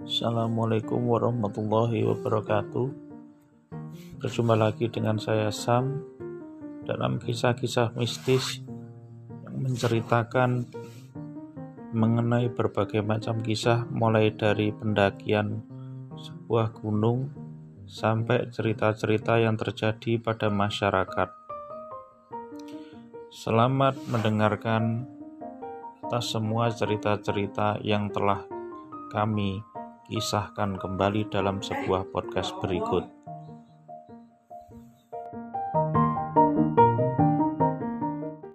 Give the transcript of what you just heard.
Assalamualaikum warahmatullahi wabarakatuh. Berjumpa lagi dengan saya Sam dalam kisah-kisah mistis yang menceritakan mengenai berbagai macam kisah, mulai dari pendakian sebuah gunung sampai cerita-cerita yang terjadi pada masyarakat. Selamat mendengarkan atas semua cerita-cerita yang telah kami kisahkan kembali dalam sebuah podcast berikut.